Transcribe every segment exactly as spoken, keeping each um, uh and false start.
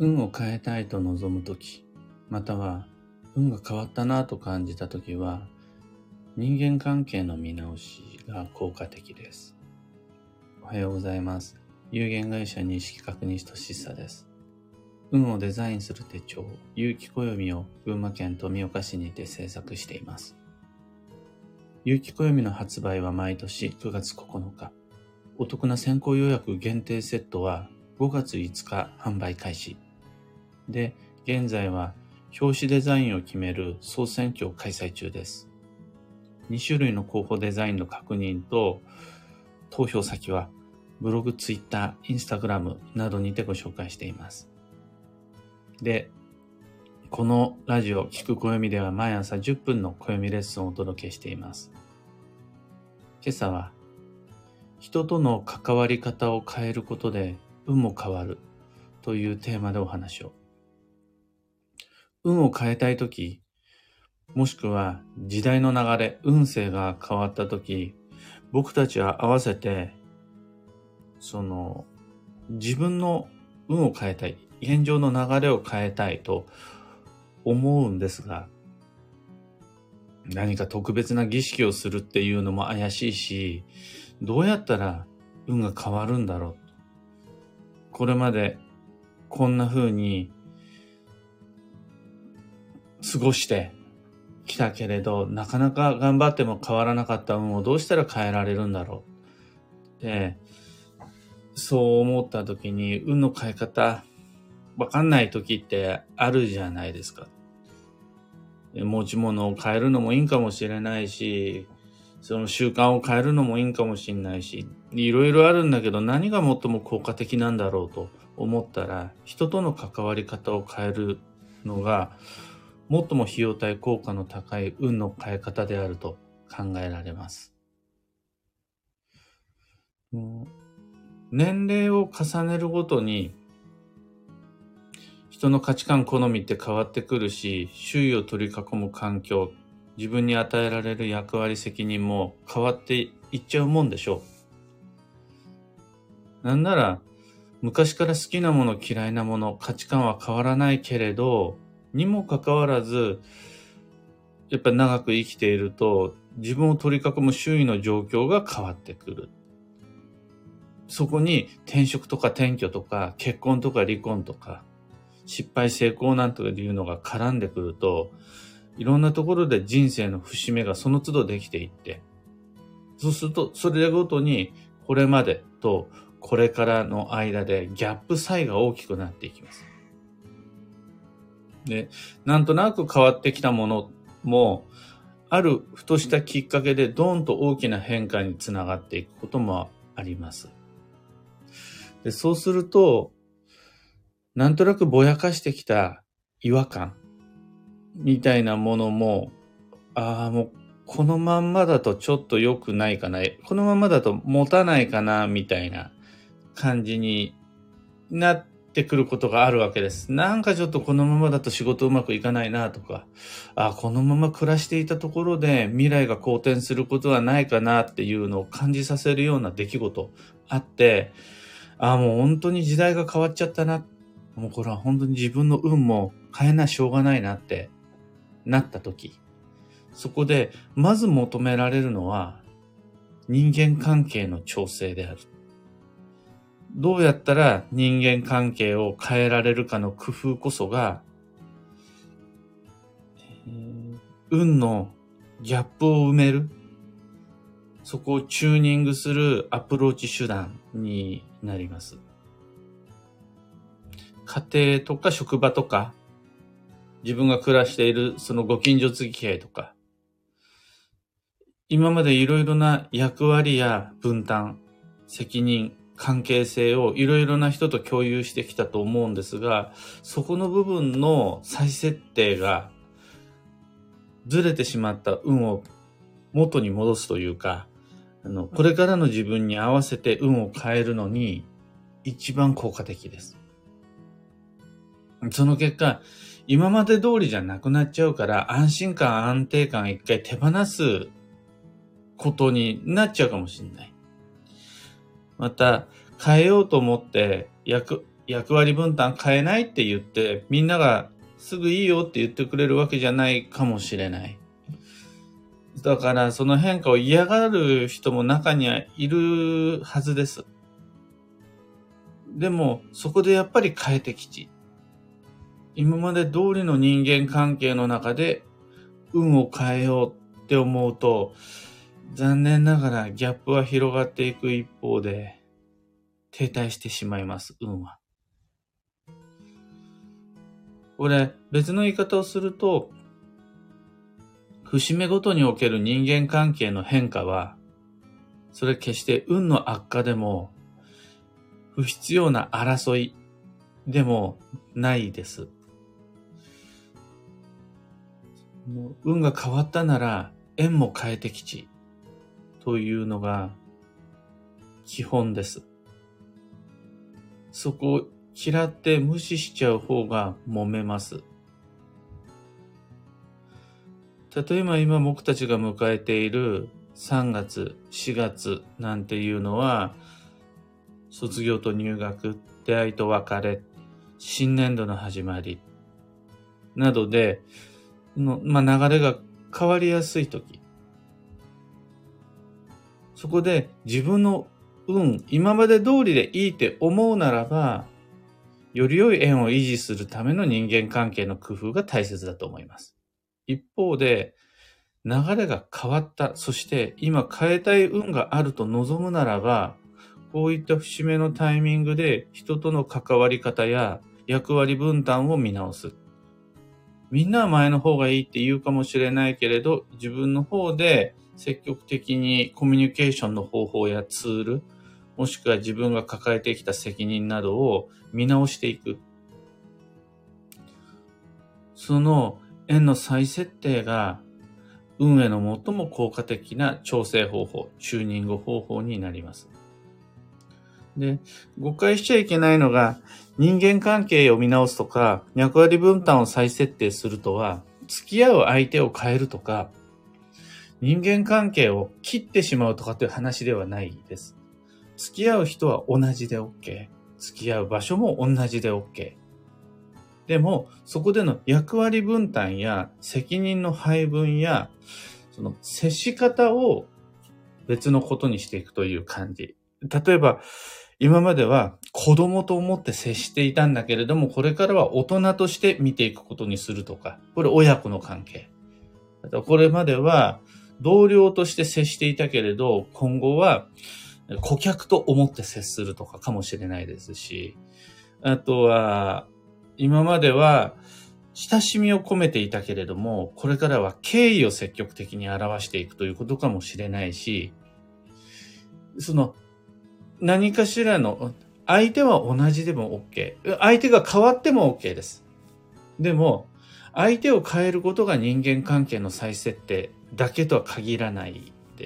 運を変えたいと望むとき、または運が変わったなと感じたときは、人間関係の見直しが効果的です。おはようございます。有限会社西企画西俊久です。運をデザインする手帳、有機暦を群馬県富岡市にて制作しています。有機暦の発売は毎年くがつここのか。お得な先行予約限定セットはごがついつか販売開始。で、現在は表紙デザインを決める総選挙を開催中です。にしゅるいの候補デザインの確認と投票先はブログ、ツイッター、インスタグラムなどにてご紹介しています。で、このラジオ聞く暦では毎朝じゅっぷんの暦レッスンをお届けしています。今朝は人との関わり方を変えることで運も変わるというテーマでお話を。運を変えたいとき、もしくは時代の流れ、運勢が変わったとき、僕たちは合わせてその自分の運を変えたい、現状の流れを変えたいと思うんですが、何か特別な儀式をするっていうのも怪しいし、どうやったら運が変わるんだろう。これまでこんな風に過ごしてきたけれど、なかなか頑張っても変わらなかった運をどうしたら変えられるんだろう。で、そう思った時に運の変え方、わかんない時ってあるじゃないですか。持ち物を変えるのもいいかもしれないし、その習慣を変えるのもいいかもしれないし、いろいろあるんだけど何が最も効果的なんだろうと思ったら、人との関わり方を変えるのが最も費用対効果の高い運の変え方であると考えられます。年齢を重ねるごとに人の価値観、好みって変わってくるし、周囲を取り囲む環境、自分に与えられる役割、責任も変わっていっちゃうもんでしょう。なんなら、昔から好きなもの、嫌いなもの、価値観は変わらないけれど、にもかかわらず、やっぱり長く生きていると、自分を取り囲む周囲の状況が変わってくる。そこに転職とか転居とか、結婚とか離婚とか、失敗成功なんとかいうのが絡んでくると、いろんなところで人生の節目がその都度できていって、そうするとそれごとにこれまでとこれからの間でギャップ差異が大きくなっていきます。で、なんとなく変わってきたものもあるふとしたきっかけでドーンと大きな変化につながっていくこともあります。で、そうするとなんとなくぼやかしてきた違和感みたいなものも、ああ、もうこのまんまだとちょっと良くないかな、このまんまだと持たないかな、みたいな感じになってくることがあるわけです。なんかちょっとこのままだと仕事うまくいかないなとか、ああ、このまま暮らしていたところで未来が好転することはないかなっていうのを感じさせるような出来事あって、ああ、もう本当に時代が変わっちゃったな。もうこれは本当に自分の運も変えなしょうがないなってなった時、そこでまず求められるのは人間関係の調整である。どうやったら人間関係を変えられるかの工夫こそが、運のギャップを埋める、そこをチューニングするアプローチ手段になります。家庭とか職場とか、自分が暮らしているそのご近所付き合いとか、今までいろいろな役割や分担、責任、関係性をいろいろな人と共有してきたと思うんですが、そこの部分の再設定がずれてしまった運を元に戻すというか、あの、これからの自分に合わせて運を変えるのに一番効果的です。その結果、今まで通りじゃなくなっちゃうから安心感、安定感一回手放すことになっちゃうかもしれない。また、変えようと思って役、 役割分担変えないって言って、みんながすぐいいよって言ってくれるわけじゃないかもしれない。だからその変化を嫌がる人も中にはいるはずです。でもそこでやっぱり変えてきち。今まで通りの人間関係の中で運を変えようって思うと、残念ながらギャップは広がっていく一方で停滞してしまいます、運は。これ別の言い方をすると、節目ごとにおける人間関係の変化は、それ決して運の悪化でも不必要な争いでもないです。運が変わったなら縁も変えてきちというのが基本です。そこを嫌って無視しちゃう方が揉めます。例えば今僕たちが迎えているさんがつ、しがつなんていうのは、卒業と入学、出会いと別れ、新年度の始まりなどでの、まあ、流れが変わりやすいとき。そこで自分の運、今まで通りでいいって思うならば、より良い縁を維持するための人間関係の工夫が大切だと思います。一方で、流れが変わった、そして今変えたい運があると望むならば、こういった節目のタイミングで人との関わり方や役割分担を見直す。みんなは前の方がいいって言うかもしれないけれど、自分の方で積極的にコミュニケーションの方法やツール、もしくは自分が抱えてきた責任などを見直していく。その縁の再設定が運への最も効果的な調整方法、チューニング方法になります。で、誤解しちゃいけないのが、人間関係を見直すとか、役割分担を再設定するとは、付き合う相手を変えるとか、人間関係を切ってしまうとかという話ではないです。付き合う人は同じで OK。付き合う場所も同じで OK。でも、そこでの役割分担や責任の配分や、その接し方を別のことにしていくという感じ。例えば、今までは子供と思って接していたんだけれども、これからは大人として見ていくことにするとか、これ親子の関係。これまでは同僚として接していたけれど、今後は顧客と思って接するとかかもしれないですし、あとは、今までは親しみを込めていたけれども、これからは敬意を積極的に表していくということかもしれないし、その何かしらの相手は同じでも OK。相手が変わっても OK です。でも、相手を変えることが人間関係の再設定だけとは限らないです。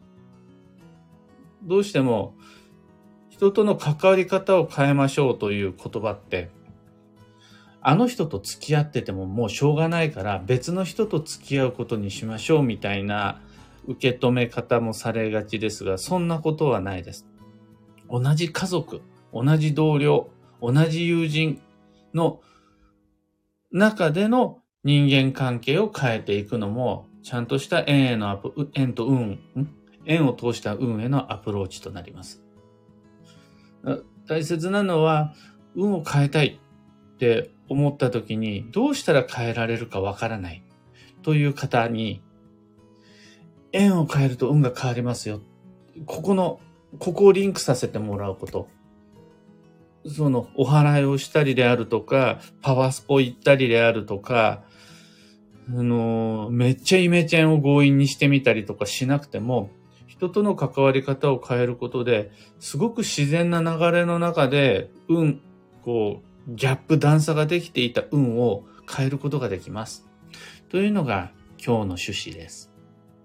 どうしても人との関わり方を変えましょうという言葉って、あの人と付き合っててももうしょうがないから別の人と付き合うことにしましょうみたいな受け止め方もされがちですが、そんなことはないです。同じ家族、同じ同僚、同じ友人の中での人間関係を変えていくのも、ちゃんとした縁へのアプ、縁と運、縁を通した運へのアプローチとなります。大切なのは、運を変えたいって思った時に、どうしたら変えられるかわからないという方に、縁を変えると運が変わりますよ。ここの、ここをリンクさせてもらうこと。その、お祓いをしたりであるとか、パワースポ行ったりであるとか、あの、めっちゃイメチェンを強引にしてみたりとかしなくても、人との関わり方を変えることで、すごく自然な流れの中で、運、こう、ギャップ、段差ができていた運を変えることができます。というのが今日の趣旨です。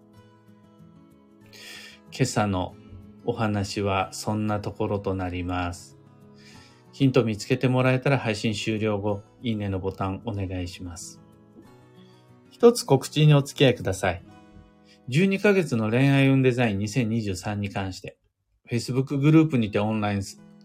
今朝のお話はそんなところとなります。ヒント見つけてもらえたら配信終了後、いいねのボタンお願いします。一つ告知にお付き合いください。じゅうにかげつの恋愛運デザインにせんにじゅうさんに関して、Facebook グループにてオンライン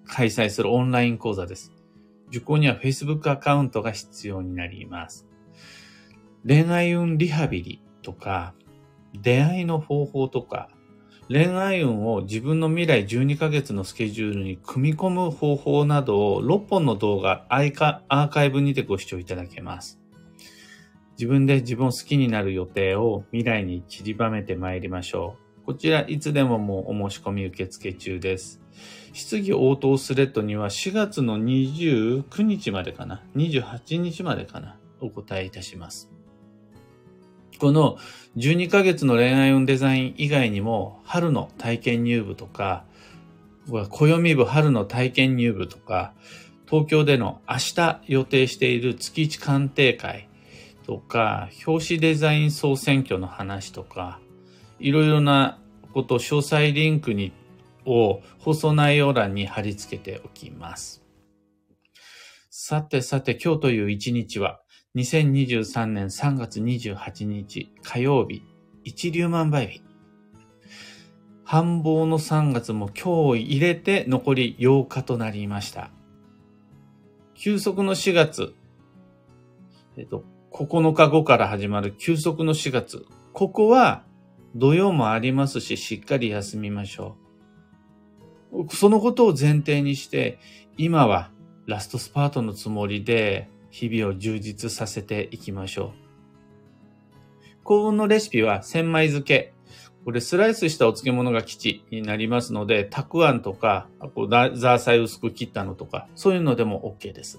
開催するオンライン講座です。受講には Facebook アカウントが必要になります。恋愛運リハビリとか、出会いの方法とか、恋愛運を自分の未来じゅうにかげつのスケジュールに組み込む方法などをろっぽんの動画アーカイブにてご視聴いただけます。自分で自分を好きになる予定を未来に散りばめてまいりましょう。こちらいつでももうお申し込み受付中です。質疑応答スレッドにはしがつのにじゅうくにちまでかな、にじゅうはちにちまでかな、お答えいたします。このじゅうにかげつの恋愛運デザイン以外にも、春の体験入部とか、暦部春の体験入部とか、東京での明日予定している月一鑑定会とか、表紙デザイン総選挙の話とか、いろいろなこと、詳細リンクにを放送内容欄に貼り付けておきます。さてさて、今日という一日は、にせんにじゅうさんねんさんがつにじゅうはちにち火曜日、一粒万倍日。繁忙のさんがつも今日入れて残りようかとなりました。休息のしがつ、えっと、ここのかごから始まる休息のしがつ。ここは土曜もありますし、しっかり休みましょう。そのことを前提にして、今はラストスパートのつもりで、日々を充実させていきましょう。幸運のレシピは千枚漬け。これスライスしたお漬物が基地になりますので、たくあんとか、こうザーサイ薄く切ったのとか、そういうのでも OK です。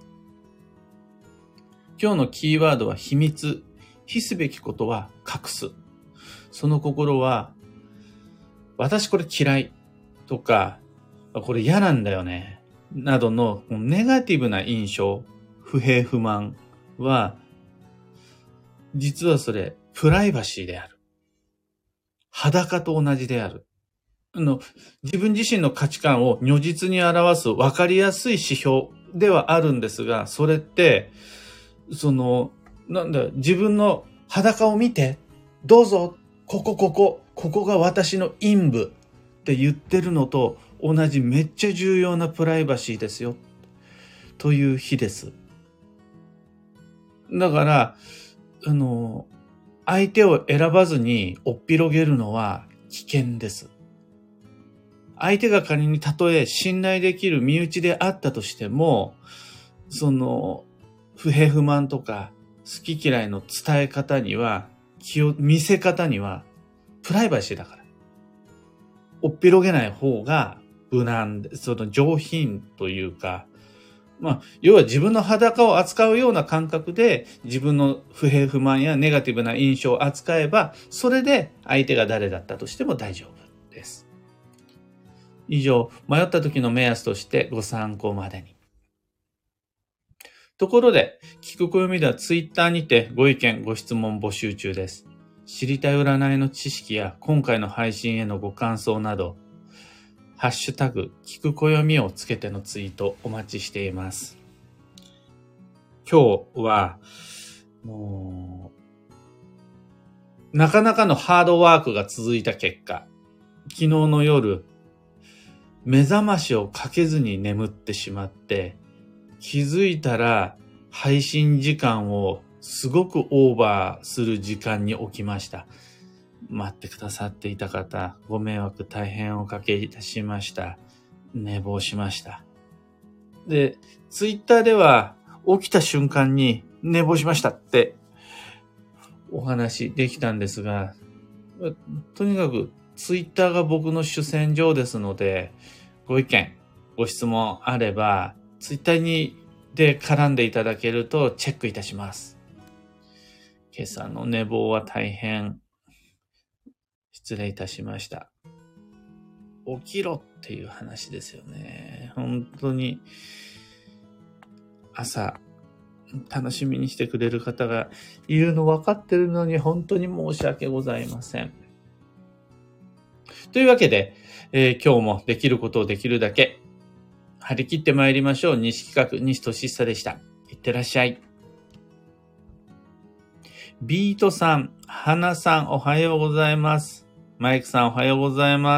今日のキーワードは秘密。秘すべきことは隠す。その心は、私これ嫌いとか、これ嫌なんだよね、などのネガティブな印象、不平不満は、実はそれ、プライバシーである。裸と同じである。あの、自分自身の価値観を如実に表す分かりやすい指標ではあるんですが、それって、その、なんだ、自分の裸を見て、どうぞ、ここここ、ここが私の陰部って言ってるのと同じめっちゃ重要なプライバシーですよ。という日です。だから、あの、相手を選ばずにおっぴろげるのは危険です。相手が仮にたとえ信頼できる身内であったとしても、その、不平不満とか好き嫌いの伝え方には、気を、見せ方には、プライバシーだから。おっぴろげない方が無難で、その上品というか、まあ、要は自分の裸を扱うような感覚で自分の不平不満やネガティブな印象を扱えば、それで相手が誰だったとしても大丈夫です。以上、迷った時の目安としてご参考までに。ところで、聞く暦ではツイッターにてご意見、ご質問募集中です。知りたい占いの知識や今回の配信へのご感想など、ハッシュタグ、聞く暦をつけてのツイートお待ちしています。今日は、もう、なかなかのハードワークが続いた結果、昨日の夜、目覚ましをかけずに眠ってしまって、気づいたら配信時間をすごくオーバーする時間に起きました。待ってくださっていた方、ご迷惑大変おかけいたしました。寝坊しました。で、ツイッターでは起きた瞬間に寝坊しましたってお話できたんですが、とにかくツイッターが僕の主戦場ですので、ご意見、ご質問あれば、ツイッターにで絡んでいただけるとチェックいたします。今朝の寝坊は大変失礼いたしました。起きろっていう話ですよね。本当に朝楽しみにしてくれる方がいるの分かってるのに本当に申し訳ございません。というわけで、えー、今日もできることをできるだけ張り切って参りましょう。西企画、西俊久でした。いってらっしゃい。ビートさん、花さんおはようございます。マイクさんおはようございます。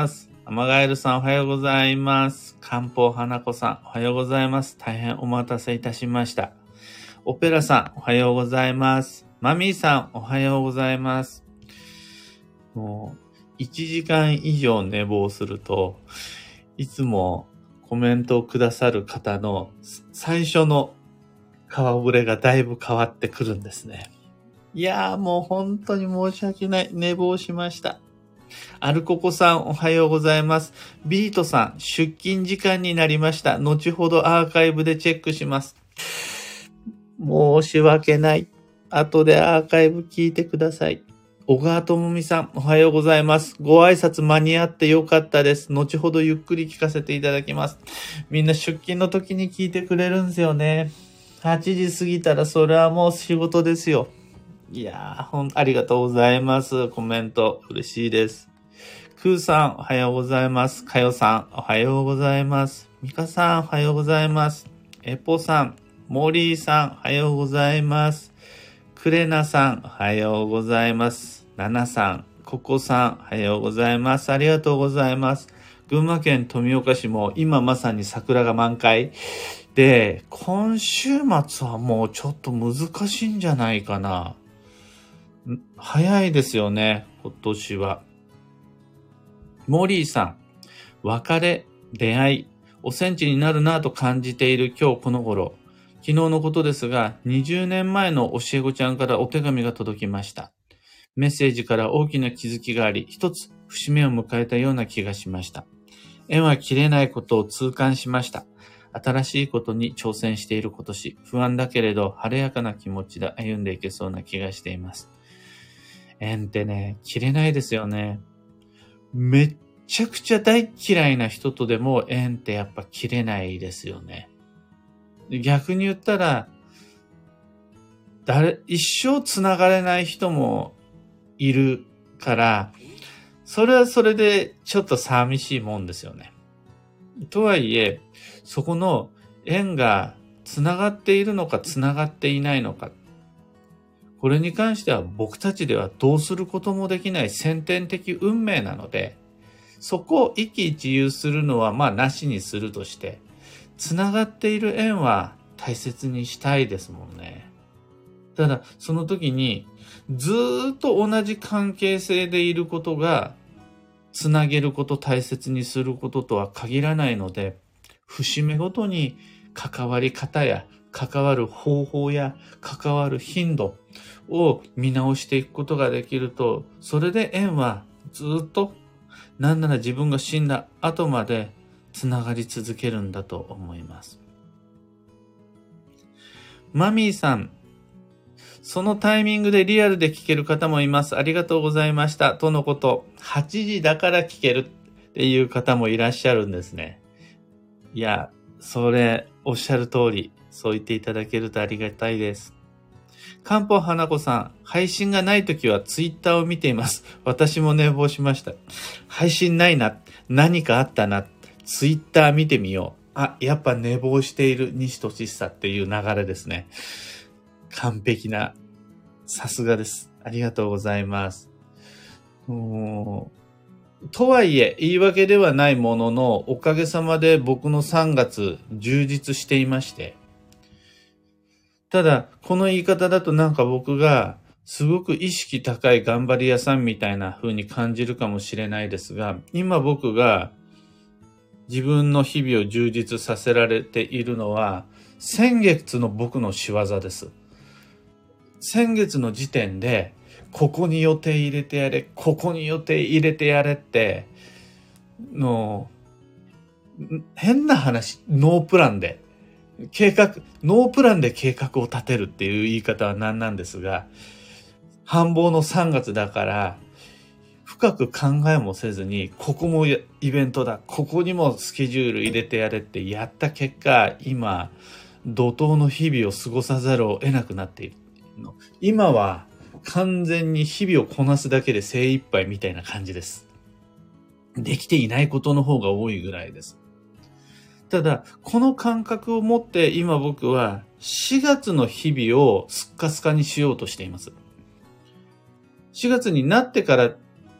アマガエルさんおはようございます。漢方花子さんおはようございます。大変お待たせいたしました。オペラさんおはようございます。マミーさんおはようございます。もういちじかん以上寝坊すると、いつもコメントをくださる方の最初の顔ぶれがだいぶ変わってくるんですね。いやーもう本当に申し訳ない。寝坊しました。アルココさんおはようございます。ビートさん出勤時間になりました。後ほどアーカイブでチェックします。申し訳ない。後でアーカイブ聞いてください。小川智美さんおはようございます。ご挨拶間に合ってよかったです。後ほどゆっくり聞かせていただきます。みんな出勤の時に聞いてくれるんですよね。はちじ過ぎたらそれはもう仕事ですよ。いやー、ほん、ありがとうございます。コメント、嬉しいです。クーさん、おはようございます。かよさん、おはようございます。ミカさん、おはようございます。エポさん、モリーさん、おはようございます。クレナさん、おはようございます。ナナさん、ココさん、おはようございます。ありがとうございます。群馬県富岡市も今まさに桜が満開で、今週末はもうちょっと難しいんじゃないかな。早いですよね、今年は。モリーさん、別れ、出会い、おセンチになるなぁと感じている今日この頃。昨日のことですが、にじゅうねんまえの教え子ちゃんからお手紙が届きました。メッセージから大きな気づきがあり、一つ節目を迎えたような気がしました。縁は切れないことを痛感しました。新しいことに挑戦している今年、不安だけれど晴れやかな気持ちで歩んでいけそうな気がしています。縁ってね、切れないですよね。めっちゃくちゃ大嫌いな人とでも縁ってやっぱ切れないですよね。逆に言ったら、誰、一生つながれない人もいるから、それはそれでちょっと寂しいもんですよね。とはいえ、そこの縁がつながっているのかつながっていないのか。これに関しては僕たちではどうすることもできない先天的運命なので、そこを一喜一憂するのはまあなしにするとして、つながっている縁は大切にしたいですもんね。ただその時にずーっと同じ関係性でいることがつなげること、大切にすることとは限らないので、節目ごとに関わり方や関わる方法や関わる頻度を見直していくことができると、それで縁はずっと、なんなら自分が死んだ後までつながり続けるんだと思います。マミーさん、そのタイミングでリアルで聞ける方もいます。ありがとうございました。とのこと。はちじだから聞けるっていう方もいらっしゃるんですね。いや、それ、おっしゃる通り、そう言っていただけるとありがたいです。漢方花子さん、配信がないときはツイッターを見ています。私も寝坊しました。配信ないな、何かあったな、ツイッター見てみよう。あ、やっぱ寝坊している西俊久っていう流れですね。完璧な、さすがです。ありがとうございます。もうとはいえ、言い訳ではないものの、おかげさまで僕のさんがつ充実していまして。ただ、この言い方だとなんか僕がすごく意識高い頑張り屋さんみたいな風に感じるかもしれないですが、今僕が自分の日々を充実させられているのは、先月の僕の仕業です。先月の時点で、ここに予定入れてやれ、ここに予定入れてやれって、の、変な話、ノープランで、計画、ノープランで計画を立てるっていう言い方は何なんですが、繁忙のさんがつだから、深く考えもせずに、ここもイベントだ、ここにもスケジュール入れてやれってやった結果、今、怒涛の日々を過ごさざるを得なくなっている。今は完全に日々をこなすだけで精一杯みたいな感じです。できていないことの方が多いぐらいです。ただ、この感覚を持って今僕はしがつの日々をスッカスカにしようとしています。しがつになってから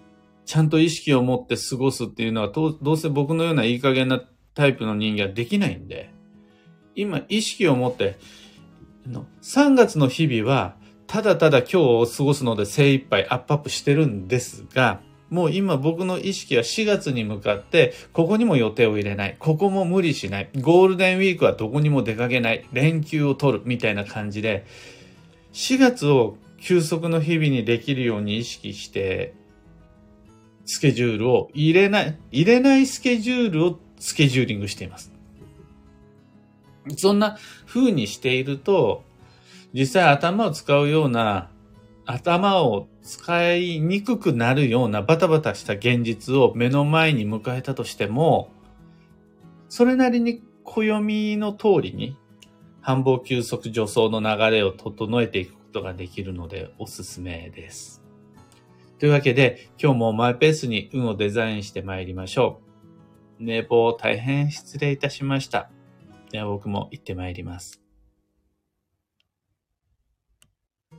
ちゃんと意識を持って過ごすっていうのは、どうせ僕のようないい加減なタイプの人間はできないんで、今意識を持って、さんがつの日々は、ただただ今日を過ごすので精一杯アップアップしてるんですが、もう今僕の意識はしがつに向かって、ここにも予定を入れない。ここも無理しない。ゴールデンウィークはどこにも出かけない。連休を取る。みたいな感じで、しがつを休息の日々にできるように意識して、スケジュールを入れない、入れないスケジュールをスケジューリングしています。そんな風にしていると、実際頭を使うような、頭を使いにくくなるようなバタバタした現実を目の前に迎えたとしても、それなりに暦の通りに繁忙休息助走の流れを整えていくことができるのでおすすめです。というわけで今日もマイペースに運をデザインしてまいりましょう。寝坊大変失礼いたしました。では僕も行ってまいります。